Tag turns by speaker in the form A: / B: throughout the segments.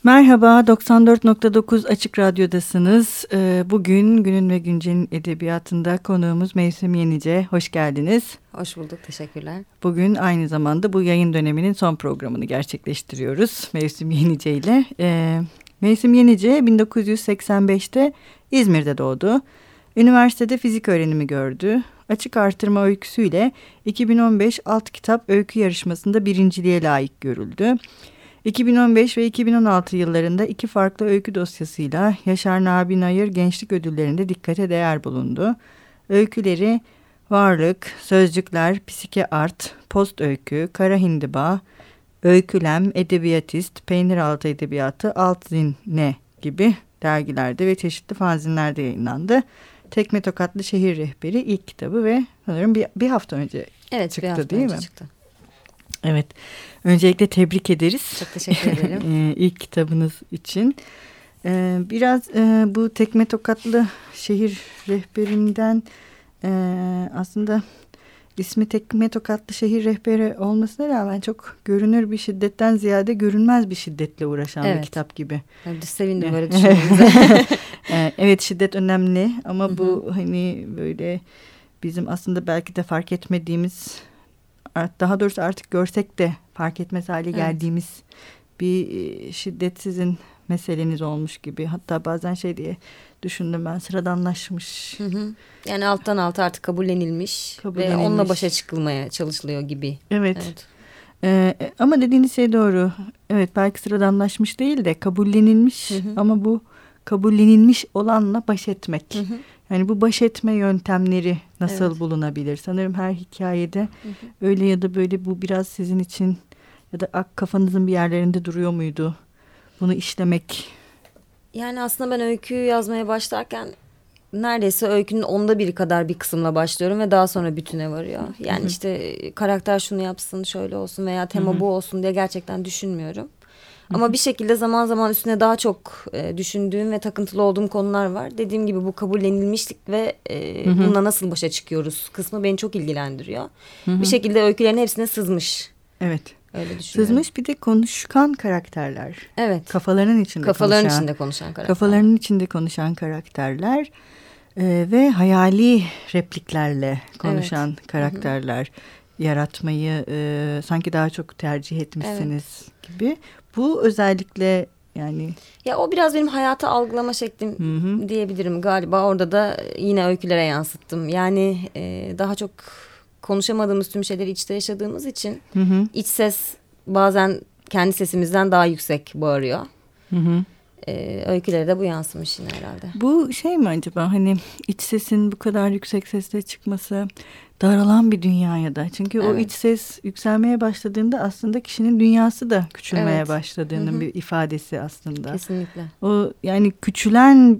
A: Merhaba, 94.9 Açık Radyo'dasınız. Bugün Günün ve Güncel'in edebiyatında konuğumuz Mevsim Yenice. Hoş geldiniz.
B: Hoş bulduk, teşekkürler.
A: Bugün aynı zamanda bu yayın döneminin son programını gerçekleştiriyoruz Mevsim Yenice ile. Mevsim Yenice 1985'te İzmir'de doğdu. Üniversitede fizik öğrenimi gördü. Açık artırma öyküsüyle 2015 alt kitap öykü yarışmasında birinciliğe layık görüldü. 2015 ve 2016 yıllarında 2 farklı öykü dosyasıyla Yaşar Nabi Nayır Gençlik Ödülleri'nde dikkate değer bulundu. Öyküleri Varlık, Sözcükler, Psike Art, Post Öykü, Kara Hindiba, Öykülem, Edebiyatist, Peyniraltı Edebiyatı, Alt Zine gibi dergilerde ve çeşitli fanzinlerde yayınlandı. Tekme Tokatlı Şehir Rehberi ilk kitabı ve sanırım bir hafta önce çıktı,
B: bir hafta
A: değil
B: önce
A: mi?
B: Çıktı.
A: Evet. Öncelikle tebrik ederiz.
B: Çok teşekkür ederim.
A: İlk kitabınız için. Biraz bu Tekme Tokatlı Şehir Rehberinden aslında ismi Tekme Tokatlı Şehir Rehberi olmasına rağmen çok görünür bir şiddetten ziyade görünmez bir şiddetle uğraşan bir kitap gibi.
B: Evet, sevindim böyle düşündüğünüzde.
A: Evet, şiddet önemli ama bu hani böyle bizim aslında belki de fark etmediğimiz, daha doğrusu artık görsek de fark etmez hale geldiğimiz bir şiddet sizin meseleniz olmuş gibi. Hatta bazen şey diye düşündüm ben, sıradanlaşmış.
B: Yani alttan alta artık kabullenilmiş ve onunla başa çıkılmaya çalışılıyor gibi.
A: Evet. Ama dediğiniz şey doğru. Evet, belki sıradanlaşmış değil de kabullenilmiş ama bu kabullenilmiş olanla baş etmek. Yani bu baş etme yöntemleri nasıl bulunabilir? Sanırım her hikayede öyle ya da böyle bu biraz sizin için ya da kafanızın bir yerlerinde duruyor muydu? Bunu işlemek.
B: Yani aslında ben öyküyü yazmaya başlarken neredeyse öykünün 1/10 kadar bir kısımla başlıyorum ve daha sonra bütüne varıyor. Yani işte karakter şunu yapsın, şöyle olsun veya tema bu olsun diye gerçekten düşünmüyorum. Ama bir şekilde zaman zaman üstüne daha çok düşündüğüm ve takıntılı olduğum konular var. Dediğim gibi bu kabullenilmişlik ve bununla nasıl başa çıkıyoruz kısmı beni çok ilgilendiriyor. Bir şekilde öykülerin hepsine sızmış.
A: Evet.
B: Öyle düşünüyorum.
A: Sızmış, bir de konuşkan karakterler.
B: Evet.
A: Kafaların içinde
B: konuşan karakterler.
A: Kafalarının içinde konuşan karakterler ve hayali repliklerle konuşan karakterler yaratmayı sanki daha çok tercih etmişsiniz gibi. Bu özellikle yani...
B: Ya o biraz benim hayatı algılama şeklim diyebilirim galiba. Orada da yine öykülere yansıttım. Yani daha çok konuşamadığımız tüm şeyleri içte yaşadığımız için iç ses bazen kendi sesimizden daha yüksek bağırıyor. Öykülere de bu yansımış yine herhalde.
A: Bu şey mi acaba, hani iç sesin bu kadar yüksek sesle çıkması daralan bir dünyaya da. Çünkü o iç ses yükselmeye başladığında aslında kişinin dünyası da küçülmeye başladığının bir ifadesi aslında.
B: Kesinlikle.
A: O yani küçülen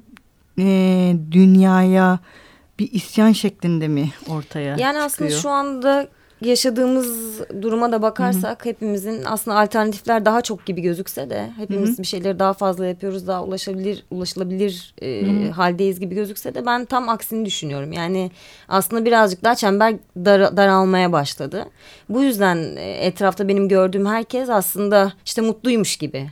A: dünyaya bir isyan şeklinde mi ortaya çıkıyor?
B: Yani aslında şu anda yaşadığımız duruma da bakarsak hepimizin aslında alternatifler daha çok gibi gözükse de hepimiz bir şeyleri daha fazla yapıyoruz, daha ulaşılabilir haldeyiz gibi gözükse de ben tam aksini düşünüyorum. Yani aslında birazcık daha çember daralmaya başladı. Bu yüzden etrafta benim gördüğüm herkes aslında işte mutluymuş gibi.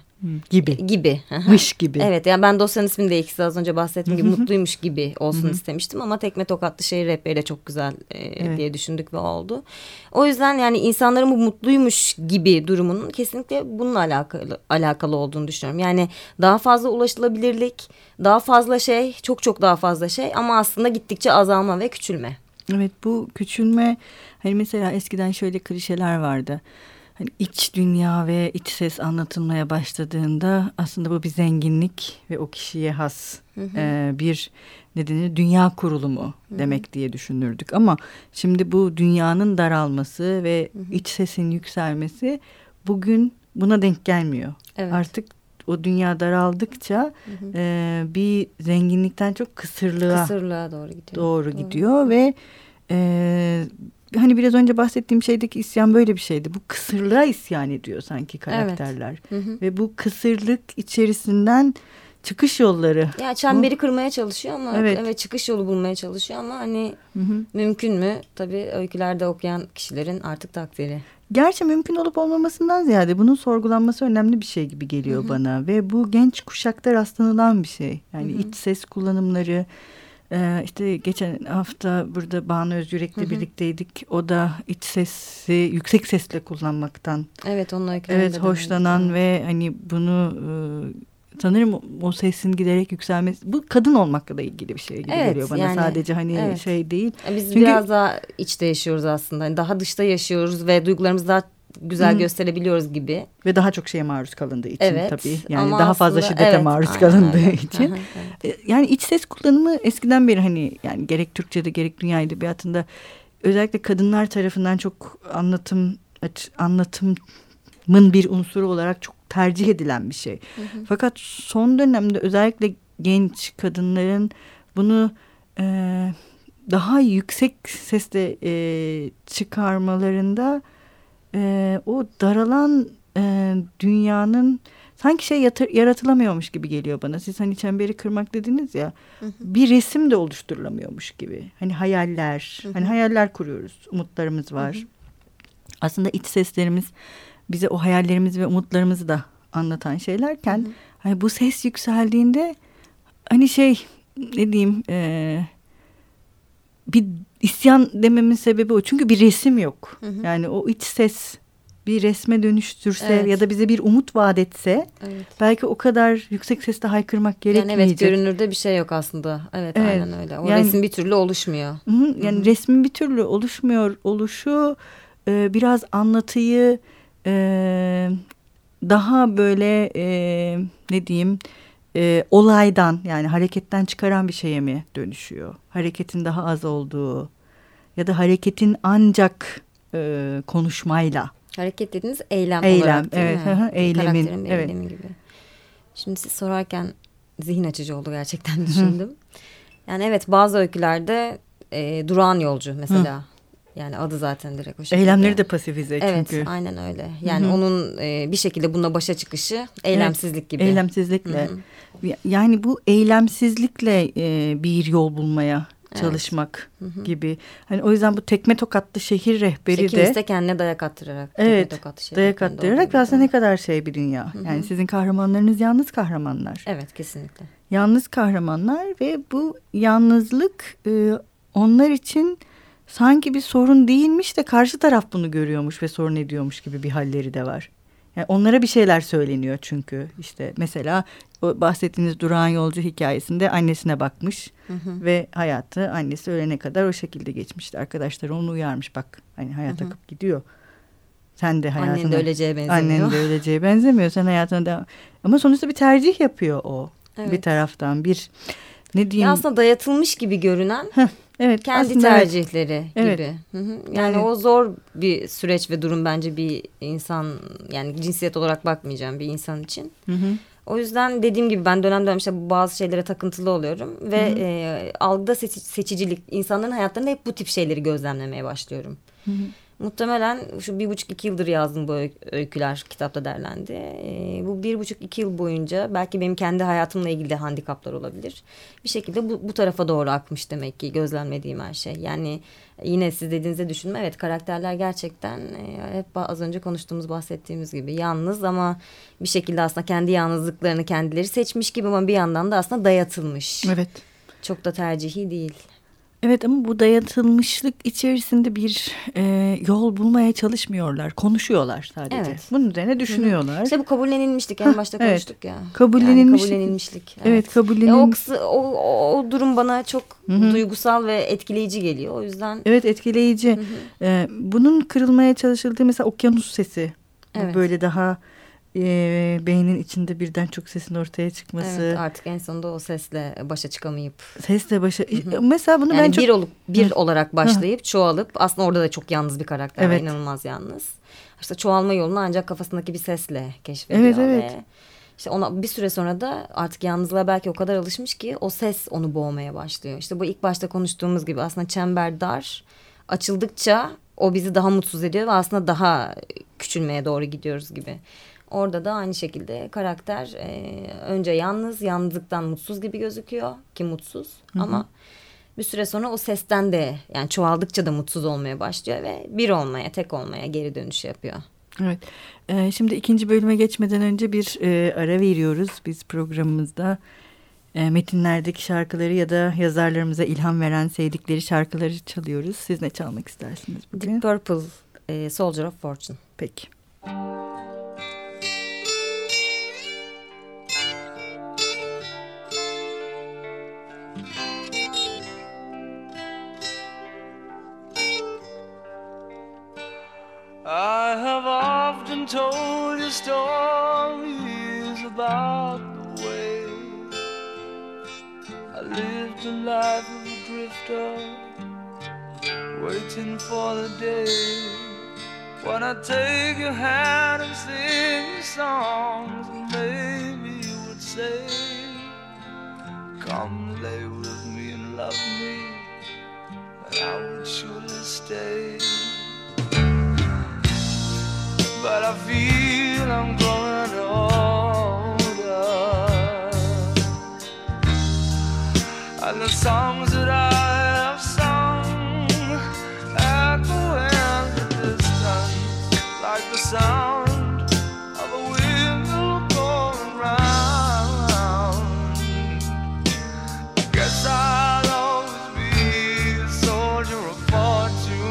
A: Mış gibi.
B: Evet, yani ben dosyanın ismini de ikisi az önce bahsettiğim gibi mutluymuş gibi olsun istemiştim ama Tekme Tokatlı Şehir Rehberi de çok güzel diye düşündük ve oldu. O yüzden yani insanların bu mutluymuş gibi durumunun kesinlikle bununla alakalı olduğunu düşünüyorum. Yani daha fazla ulaşılabilirlik, daha fazla şey, çok daha fazla şey ama aslında gittikçe azalma ve küçülme.
A: Evet, bu küçülme, hani mesela eskiden şöyle klişeler vardı. Hani iç dünya ve iç ses anlatılmaya başladığında aslında bu bir zenginlik ve o kişiye has bir nedeni dünya kurulumu demek diye düşünürdük. Ama şimdi bu dünyanın daralması ve iç sesin yükselmesi bugün buna denk gelmiyor. Evet. Artık o dünya daraldıkça bir zenginlikten çok kısırlığa doğru gidiyor ve hani biraz önce bahsettiğim şeydeki isyan böyle bir şeydi. Bu kısırlığa isyan ediyor sanki karakterler. Ve bu kısırlık içerisinden çıkış yolları.
B: Ya çemberi kırmaya çalışıyor ama
A: evet,
B: çıkış yolu bulmaya çalışıyor ama hani mümkün mü? Tabii öykülerde okuyan kişilerin artık takdiri.
A: Gerçi mümkün olup olmamasından ziyade bunun sorgulanması önemli bir şey gibi geliyor bana ve bu genç kuşakta rastlanılan bir şey. Yani iç ses kullanımları, işte geçen hafta burada Banu Özyürek'le birlikteydik. O da iç sesi yüksek sesle kullanmaktan
B: onun öykülerinde
A: hoşlanan ve hani bunu sanırım o sesin giderek yükselmesi, bu kadın olmakla da ilgili bir şey gibi geliyor bana. Yani, sadece hani şey değil.
B: Biz çünkü biraz daha içte yaşıyoruz aslında. Yani daha dışta yaşıyoruz ve duygularımızı daha güzel gösterebiliyoruz gibi.
A: Ve daha çok şeye maruz kalındığı için tabii. Yani
B: ama
A: daha fazla şiddete maruz kalındığı için. Yani iç ses kullanımı eskiden beri hani yani gerek Türkçe'de gerek dünya edebiyatında özellikle kadınlar tarafından çok anlatımın bir unsuru olarak çok tercih edilen bir şey. Fakat son dönemde özellikle genç kadınların bunu daha yüksek sesle çıkarmalarında o daralan dünyanın sanki şey yaratılamıyormuş gibi geliyor bana. Siz hani çemberi kırmak dediniz ya, bir resim de oluşturulamıyormuş gibi. Hani hayaller, hani hayaller kuruyoruz, umutlarımız var. Aslında iç seslerimiz bize o hayallerimizi ve umutlarımızı da anlatan şeylerken hani bu ses yükseldiğinde hani şey ne diyeyim bir isyan dememin sebebi o. Çünkü bir resim yok. Yani o iç ses bir resme dönüştürse ya da bize bir umut vaat etse belki o kadar yüksek sesle haykırmak gerekmeyecek.
B: Yani görünürde bir şey yok aslında. Evet. Aynen öyle. O resim bir türlü oluşmuyor.
A: Yani resmin bir türlü oluşmuyor oluşu biraz anlatıyı daha böyle ne diyeyim olaydan yani hareketten çıkaran bir şeye mi dönüşüyor? Hareketin daha az olduğu ya da hareketin ancak konuşmayla.
B: Hareket dediğiniz eylem olarak değil mi?
A: Eylemin.
B: Karakterin eylemi gibi. Şimdi siz sorarken zihin açıcı oldu gerçekten düşündüm. Yani evet bazı öykülerde durağan yolcu mesela. Yani adı zaten direkt o şekilde.
A: Eylemleri de pasifize çünkü.
B: Evet aynen öyle. Yani onun bir şekilde bununla başa çıkışı eylemsizlik gibi.
A: Eylemsizlikle. Yani bu eylemsizlikle bir yol bulmaya çalışmak gibi. Hani o yüzden bu tekme tokatlı şehir rehberi de.
B: Kimisi de kendine dayak attırarak.
A: Evet dayak attırarak aslında ne kadar şey bir dünya. Yani sizin kahramanlarınız yalnız kahramanlar.
B: Evet kesinlikle.
A: Yalnız kahramanlar ve bu yalnızlık onlar için sanki bir sorun değilmiş de karşı taraf bunu görüyormuş ve sorun ediyormuş gibi bir halleri de var. Yani onlara bir şeyler söyleniyor çünkü işte mesela o bahsettiğiniz durağan yolcu hikayesinde annesine bakmış ve hayatı annesi ölene kadar o şekilde geçmişti. Arkadaşları onu uyarmış bak hani hayat akıp gidiyor. Sen de hayatına.
B: Annen de öleceğe benzemiyor.
A: Annen de öleceğe benzemiyor. Sen hayatına devam. Ama sonuçta bir tercih yapıyor o bir taraftan bir ne diyeyim.
B: Ya aslında dayatılmış gibi görünen.
A: Evet,
B: kendi tercihleri
A: evet.
B: gibi. Yani o zor bir süreç ve durum bence bir insan yani cinsiyet olarak bakmayacağım bir insan için. O yüzden dediğim gibi ben dönem dönem işte bazı şeylere takıntılı oluyorum ve algıda seçicilik insanların hayatlarında hep bu tip şeyleri gözlemlemeye başlıyorum. Muhtemelen şu 1,5-2 yıldır yazdım bu öyküler kitapta derlendi. Bu 1,5-2 yıl boyunca belki benim kendi hayatımla ilgili de handikaplar olabilir. Bir şekilde bu tarafa doğru akmış demek ki gözlemlediğim her şey. Yani yine siz dediğinizde düşündüm. Evet karakterler gerçekten hep az önce konuştuğumuz bahsettiğimiz gibi yalnız ama bir şekilde aslında kendi yalnızlıklarını kendileri seçmiş gibi ama bir yandan da aslında dayatılmış.
A: Evet.
B: Çok da tercihi değil.
A: Evet ama bu dayatılmışlık içerisinde bir yol bulmaya çalışmıyorlar. Konuşuyorlar sadece. Evet. Bunun üzerine düşünüyorlar.
B: İşte bu kabullenilmişlik. En başta konuştuk ya.
A: Kabullenilmişlik. Evet
B: o durum bana çok duygusal ve etkileyici geliyor. O yüzden.
A: Evet etkileyici. Bunun kırılmaya çalışıldığı mesela okyanus sesi. Evet. Böyle daha beynin içinde birden çok sesin ortaya çıkması.
B: Evet artık en sonunda o sesle başa çıkamayıp.
A: Sesle başa. Mesela bunu
B: yani
A: ben çok.
B: Bir olarak başlayıp çoğalıp aslında orada da çok yalnız bir karakter var. İnanılmaz yalnız. İşte çoğalma yolunu ancak kafasındaki bir sesle keşfediyor. Evet. Ve işte ona bir süre sonra da artık yalnızlığa belki o kadar alışmış ki o ses onu boğmaya başlıyor. İşte bu ilk başta konuştuğumuz gibi aslında çember dar. Açıldıkça o bizi daha mutsuz ediyor ve aslında daha küçülmeye doğru gidiyoruz gibi. Orada da aynı şekilde karakter önce yalnızlıktan mutsuz gibi gözüküyor ki mutsuz. Ama bir süre sonra o sesten de yani çoğaldıkça da mutsuz olmaya başlıyor ve bir olmaya, tek olmaya geri dönüş yapıyor.
A: Evet. Şimdi ikinci bölüme geçmeden önce bir ara veriyoruz biz programımızda. Metinlerdeki şarkıları ya da yazarlarımıza ilham veren sevdikleri şarkıları çalıyoruz. Siz ne çalmak istersiniz bugün?
B: Deep Purple, Soldier of Fortune.
A: Peki.
C: I have often told you stories about the way I lived a life of a drifter, waiting for the day when I take your hand and sing songs, and maybe you would say, come lay with me and love me, and I would surely stay. But I feel I'm growing older, and the songs that I have sung echo in the distance like the sound of a windmill going round. I guess I'll always be a soldier of fortune.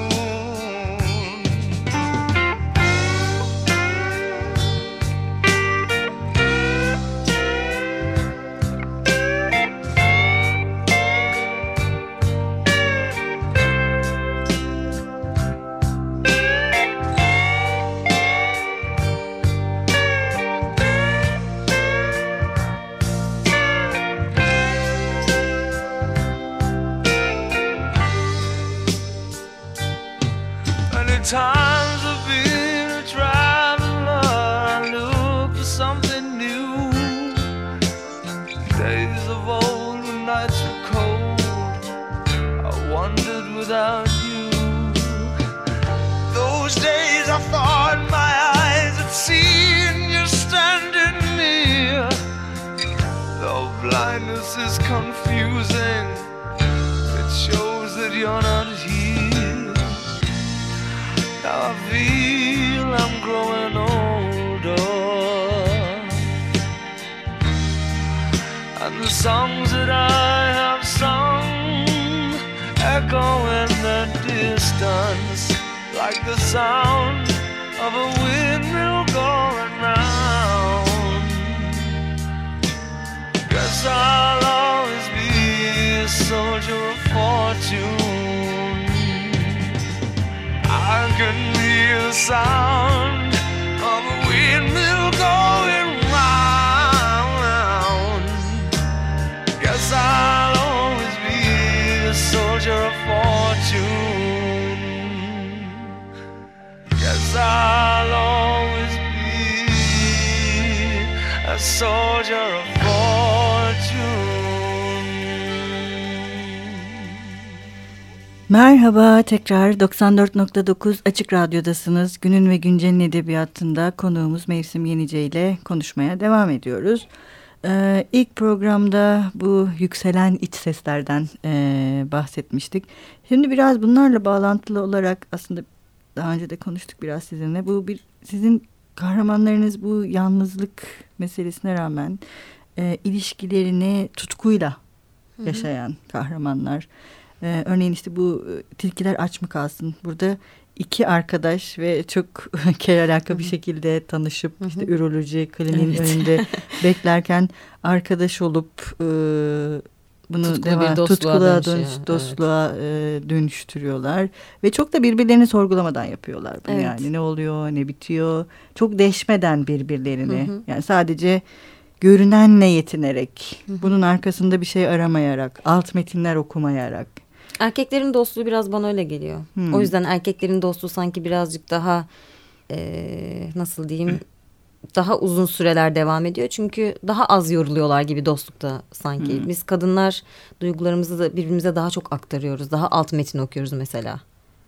C: Times I've been a traveler, I look for something new. Days of old when nights were cold, I wandered without you. Those days I thought my eyes had seen you standing near. Though blindness is confusing, it shows that you're not here. Now I feel I'm growing older, and the songs that I have sung echo in the distance like the sound of a windmill going round. Guess I'll always be a soldier of fortune. I can hear the sound of a windmill going round. Guess I'll always be a soldier of fortune. Guess I'll always be a soldier of fortune.
A: Merhaba, tekrar 94.9 Açık Radyo'dasınız. Günün ve Güncel'in edebiyatında konuğumuz Mevsim Yenice ile konuşmaya devam ediyoruz. İlk programda bu yükselen iç seslerden bahsetmiştik. Şimdi biraz bunlarla bağlantılı olarak aslında daha önce de konuştuk biraz sizinle. Sizin kahramanlarınız bu yalnızlık meselesine rağmen ilişkilerini tutkuyla yaşayan kahramanlar. Örneğin işte bu Tilkiler Aç mı kalsın? Burada iki arkadaş ve çok keralaka bir şekilde tanışıp işte üroloji kliniğin önünde beklerken arkadaş olup bunu dostluğa dönüştürüyorlar ve çok da birbirlerini sorgulamadan yapıyorlar bunu. Evet. Yani ne oluyor, ne bitiyor, çok deşmeden birbirlerini, yani sadece görünenle yetinerek, bunun arkasında bir şey aramayarak, alt metinler okumayarak.
B: Erkeklerin dostluğu biraz bana öyle geliyor. O yüzden erkeklerin dostluğu sanki birazcık daha nasıl diyeyim, daha uzun süreler devam ediyor. Çünkü daha az yoruluyorlar gibi dostlukta sanki. Biz kadınlar duygularımızı da birbirimize daha çok aktarıyoruz. Daha alt metin okuyoruz mesela.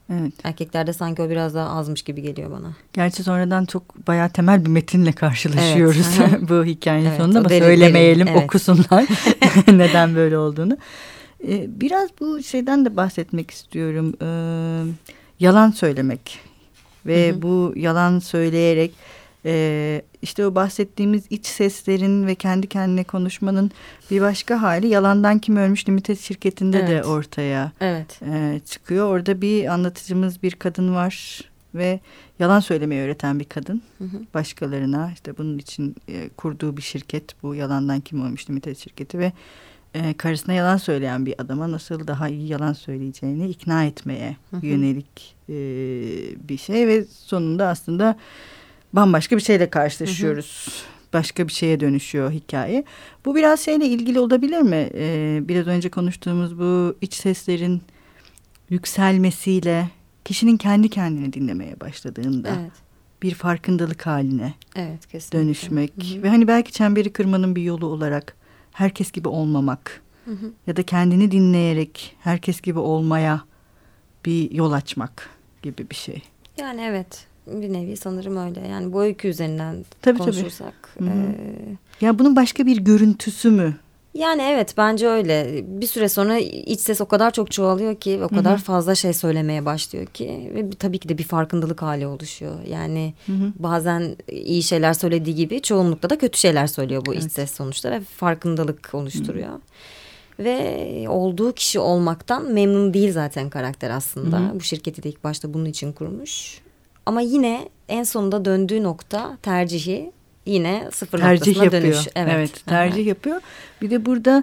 A: Evet.
B: Erkeklerde sanki o biraz daha azmış gibi geliyor bana.
A: Gerçi sonradan çok bayağı temel bir metinle karşılaşıyoruz bu hikayenin
B: Evet,
A: sonunda ama söylemeyelim, okusunlar neden böyle olduğunu. Biraz bu şeyden de bahsetmek istiyorum. Yalan söylemek ve bu yalan söyleyerek işte o bahsettiğimiz iç seslerin ve kendi kendine konuşmanın bir başka hali Yalandan Kim Ölmüş Limited şirketinde de ortaya çıkıyor. Orada bir anlatıcımız, bir kadın var ve yalan söylemeyi öğreten bir kadın başkalarına. İşte bunun için kurduğu bir şirket bu Yalandan Kim Ölmüş Limited şirketi ve karısına yalan söyleyen bir adama nasıl daha iyi yalan söyleyeceğini ikna etmeye yönelik bir şey ve sonunda aslında bambaşka bir şeyle karşılaşıyoruz. Başka bir şeye dönüşüyor hikaye. Bu biraz şeyle ilgili olabilir mi? Biraz önce konuştuğumuz bu iç seslerin yükselmesiyle kişinin kendi kendini dinlemeye başladığında bir farkındalık haline dönüşmek ve hani belki çemberi kırmanın bir yolu olarak herkes gibi olmamak ya da kendini dinleyerek herkes gibi olmaya bir yol açmak gibi bir şey.
B: Yani evet, bir nevi sanırım öyle. Yani bu öykü üzerinden konuşursak.
A: Ya bunun başka bir görüntüsü mü?
B: Yani evet, bence öyle. Bir süre sonra iç ses o kadar çok çoğalıyor ki, o kadar fazla şey söylemeye başlıyor ki ve tabii ki de bir farkındalık hali oluşuyor. Yani bazen iyi şeyler söylediği gibi çoğunlukla da kötü şeyler söylüyor bu iç ses sonuçta ve farkındalık oluşturuyor. Ve olduğu kişi olmaktan memnun değil zaten karakter aslında. Bu şirketi de ilk başta bunun için kurmuş. Ama yine en sonunda döndüğü nokta tercihi yine sıfır noktasına dönüş.
A: Evet, tercih yapıyor. Bir de burada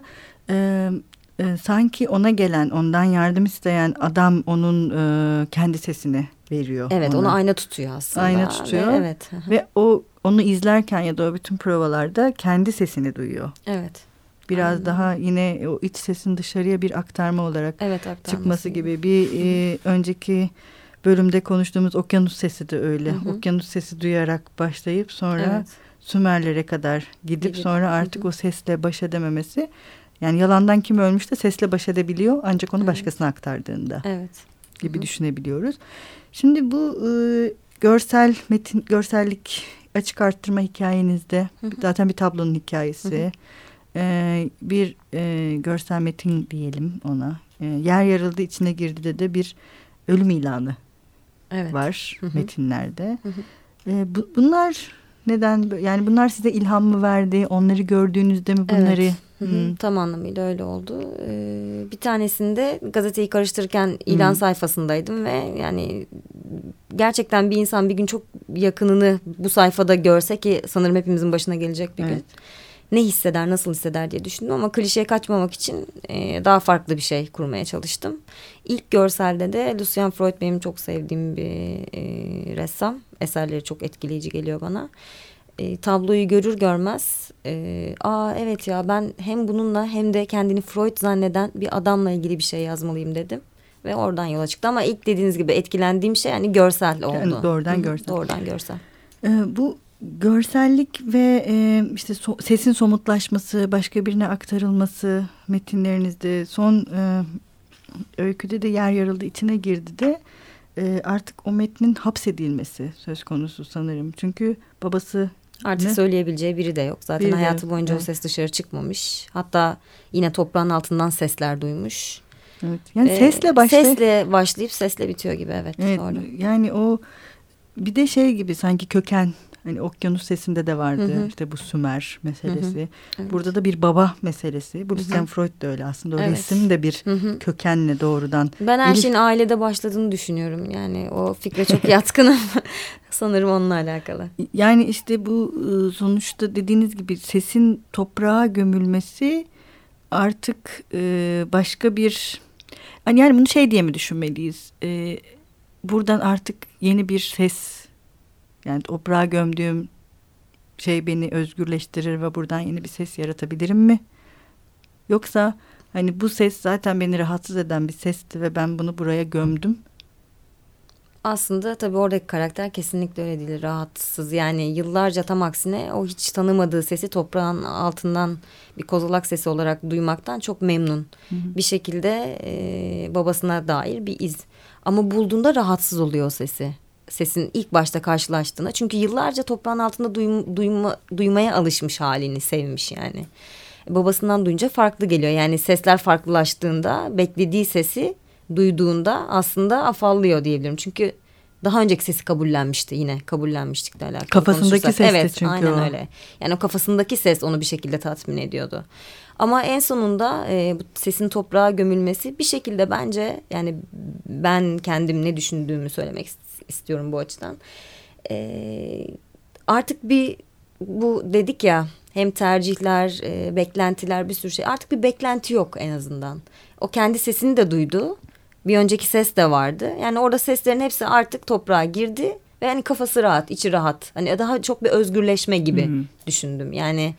A: sanki ona gelen, ondan yardım isteyen adam onun kendi sesini veriyor.
B: Evet, onu ayna tutuyor aslında.
A: Ayna tutuyor. Ve o onu izlerken ya da o bütün provalarda kendi sesini duyuyor.
B: Evet.
A: Biraz daha yine o iç sesin dışarıya bir aktarma olarak çıkması gibi. Bir önceki bölümde konuştuğumuz okyanus sesi de öyle. Okyanus sesi duyarak başlayıp sonra Sümerlere kadar gidip sonra artık o sesle baş edememesi. Yani Yalandan Kim Ölmüş de sesle baş edebiliyor ancak onu başkasına aktardığında gibi düşünebiliyoruz. Şimdi bu görsellik açık arttırma hikayenizde zaten bir tablonun hikayesi. Bir görsel metin diyelim ona. Yer yarıldı içine girdi de bir ölüm ilanı var metinlerde. Bunlar neden? Yani bunlar size ilham mı verdi? Onları gördüğünüzde mi bunları?
B: Tam anlamıyla öyle oldu. Bir tanesinde gazeteyi karıştırırken ilan sayfasındaydım ve yani gerçekten bir insan bir gün çok yakınını bu sayfada görse ki sanırım hepimizin başına gelecek bir gün. Ne hisseder, nasıl hisseder diye düşündüm ama klişeye kaçmamak için daha farklı bir şey kurmaya çalıştım. İlk görselde de Lucian Freud benim çok sevdiğim bir ressam. Eserleri çok etkileyici geliyor bana. Tabloyu görür görmez evet ya ben hem bununla hem de kendini Freud zanneden bir adamla ilgili bir şey yazmalıyım dedim. Ve oradan yola çıktı ama ilk dediğiniz gibi etkilendiğim şey yani görsel oldu.
A: Yani doğrudan görsel.
B: Doğrudan görsel.
A: Bu görsellik ve işte sesin somutlaşması, başka birine aktarılması metinlerinizde son öyküde de yer yarıldı içine girdi de artık o metnin hapsedilmesi söz konusu sanırım. Çünkü babası
B: artık söyleyebileceği biri de yok. Zaten biri hayatı boyunca o ses dışarı çıkmamış. Hatta yine toprağın altından sesler duymuş.
A: Evet. Yani sesle
B: başlayıp sesle bitiyor gibi evet. Doğru.
A: Yani o bir de şey gibi sanki köken. Hani okyanus sesinde de vardı işte bu Sümer meselesi. Evet. Burada da bir baba meselesi. Bu Lucian Freud da öyle aslında. O resim de bir kökenle doğrudan.
B: Ben her şeyin ailede başladığını düşünüyorum. Yani o fikre çok yatkınım. Sanırım onunla alakalı. Yani
A: işte bu sonuçta dediğiniz gibi sesin toprağa gömülmesi artık başka bir... Yani bunu şey diye mi düşünmeliyiz? Buradan artık yeni bir ses... Yani toprağa gömdüğüm şey beni özgürleştirir ve buradan yeni bir ses yaratabilirim mi? Yoksa hani bu ses zaten beni rahatsız eden bir sesti ve ben bunu buraya gömdüm.
B: Aslında tabii oradaki karakter kesinlikle öyle değil, rahatsız. Yani yıllarca tam aksine o hiç tanımadığı sesi toprağın altından bir kozalak sesi olarak duymaktan çok memnun. Bir şekilde babasına dair bir iz. Ama bulduğunda rahatsız oluyor o sesi. Sesin ilk başta karşılaştığında. Çünkü yıllarca toprağın altında duymaya alışmış, halini sevmiş yani. Babasından duyunca farklı geliyor. Yani sesler farklılaştığında beklediği sesi duyduğunda aslında afallıyor diyebilirim. Çünkü daha önceki sesi kabullenmişti, yine kabullenmiştikle alakalı.
A: Kafasındaki ses
B: evet,
A: çünkü
B: aynen
A: o.
B: öyle. Yani o kafasındaki ses onu bir şekilde tatmin ediyordu. Ama en sonunda bu sesin toprağa gömülmesi bir şekilde bence, yani ben kendim ne düşündüğümü söylemek istiyorum bu açıdan. Artık bu dedik ya, hem tercihler, beklentiler, bir sürü şey. Artık bir beklenti yok en azından. O kendi sesini de duydu. Bir önceki ses de vardı. Yani orada seslerin hepsi artık toprağa girdi ve hani kafası rahat, içi rahat. Hani daha çok bir özgürleşme gibi düşündüm. Yani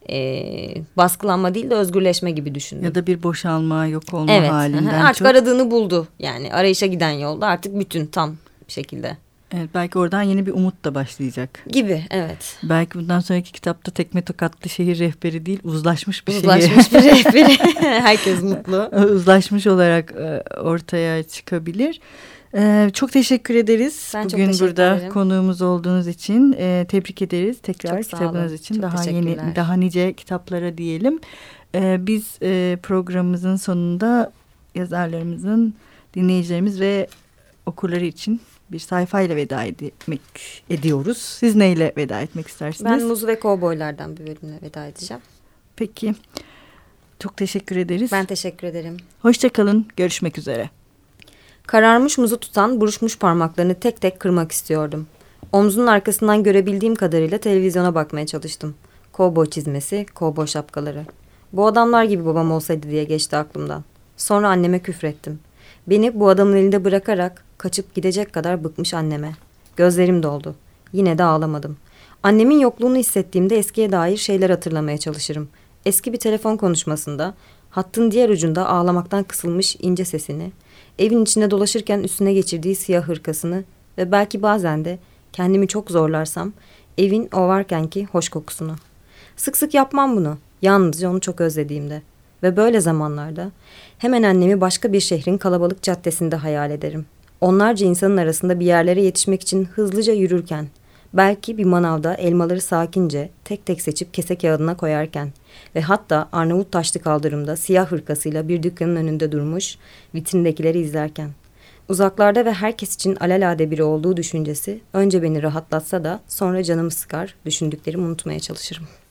B: baskılanma değil de özgürleşme gibi düşündüm.
A: Ya da bir boşalma, yok olma halinden
B: Artık
A: çok.
B: aradığını buldu. Yani arayışa giden yolda artık bütün tam bir şekilde.
A: Evet, belki oradan yeni bir umut da başlayacak.
B: Gibi, evet.
A: Belki bundan sonraki kitapta tekme tokatlı şehir rehberi değil, uzlaşmış bir
B: Uzlaşmış bir rehberi. Herkes mutlu.
A: Uzlaşmış olarak ortaya çıkabilir. Çok teşekkür ederiz.
B: Ben çok
A: Bugün
B: teşekkür
A: burada
B: ederim.
A: konuğumuz olduğunuz için tebrik ederiz. Tekrar
B: Çok sağ
A: kitabınız
B: olun.
A: için
B: Çok
A: daha
B: teşekkürler.
A: yeni, daha nice kitaplara diyelim. Biz programımızın sonunda yazarlarımızın, dinleyicilerimiz ve okurları için bir sayfayla veda ediyoruz. Siz neyle veda etmek istersiniz?
B: Ben Muz ve Kovboylardan bir bölümle veda edeceğim.
A: Peki. Çok teşekkür ederiz.
B: Ben teşekkür ederim.
A: Hoşça kalın. Görüşmek üzere.
B: Kararmış muzu tutan buruşmuş parmaklarını tek tek kırmak istiyordum. Omzunun arkasından görebildiğim kadarıyla televizyona bakmaya çalıştım. Kovboy çizmesi, kovboy şapkaları. Bu adamlar gibi babam olsaydı diye geçti aklımdan. Sonra anneme küfrettim. Beni bu adamın elinde bırakarak kaçıp gidecek kadar bıkmış anneme. Gözlerim doldu. Yine de ağlamadım. Annemin yokluğunu hissettiğimde eskiye dair şeyler hatırlamaya çalışırım. Eski bir telefon konuşmasında, hattın diğer ucunda ağlamaktan kısılmış ince sesini, evin içinde dolaşırken üstüne geçirdiği siyah hırkasını ve belki bazen de kendimi çok zorlarsam evin o varkenki hoş kokusunu. Sık sık yapmam bunu. Yalnızca onu çok özlediğimde. Ve böyle zamanlarda hemen annemi başka bir şehrin kalabalık caddesinde hayal ederim. Onlarca insanın arasında bir yerlere yetişmek için hızlıca yürürken, belki bir manavda elmaları sakince tek tek seçip kese kağıdına koyarken ve hatta Arnavut taşlı kaldırımda siyah hırkasıyla bir dükkanın önünde durmuş, vitrindekileri izlerken. Uzaklarda ve herkes için alelade biri olduğu düşüncesi önce beni rahatlatsa da sonra canımı sıkar, düşündüklerimi unutmaya çalışırım.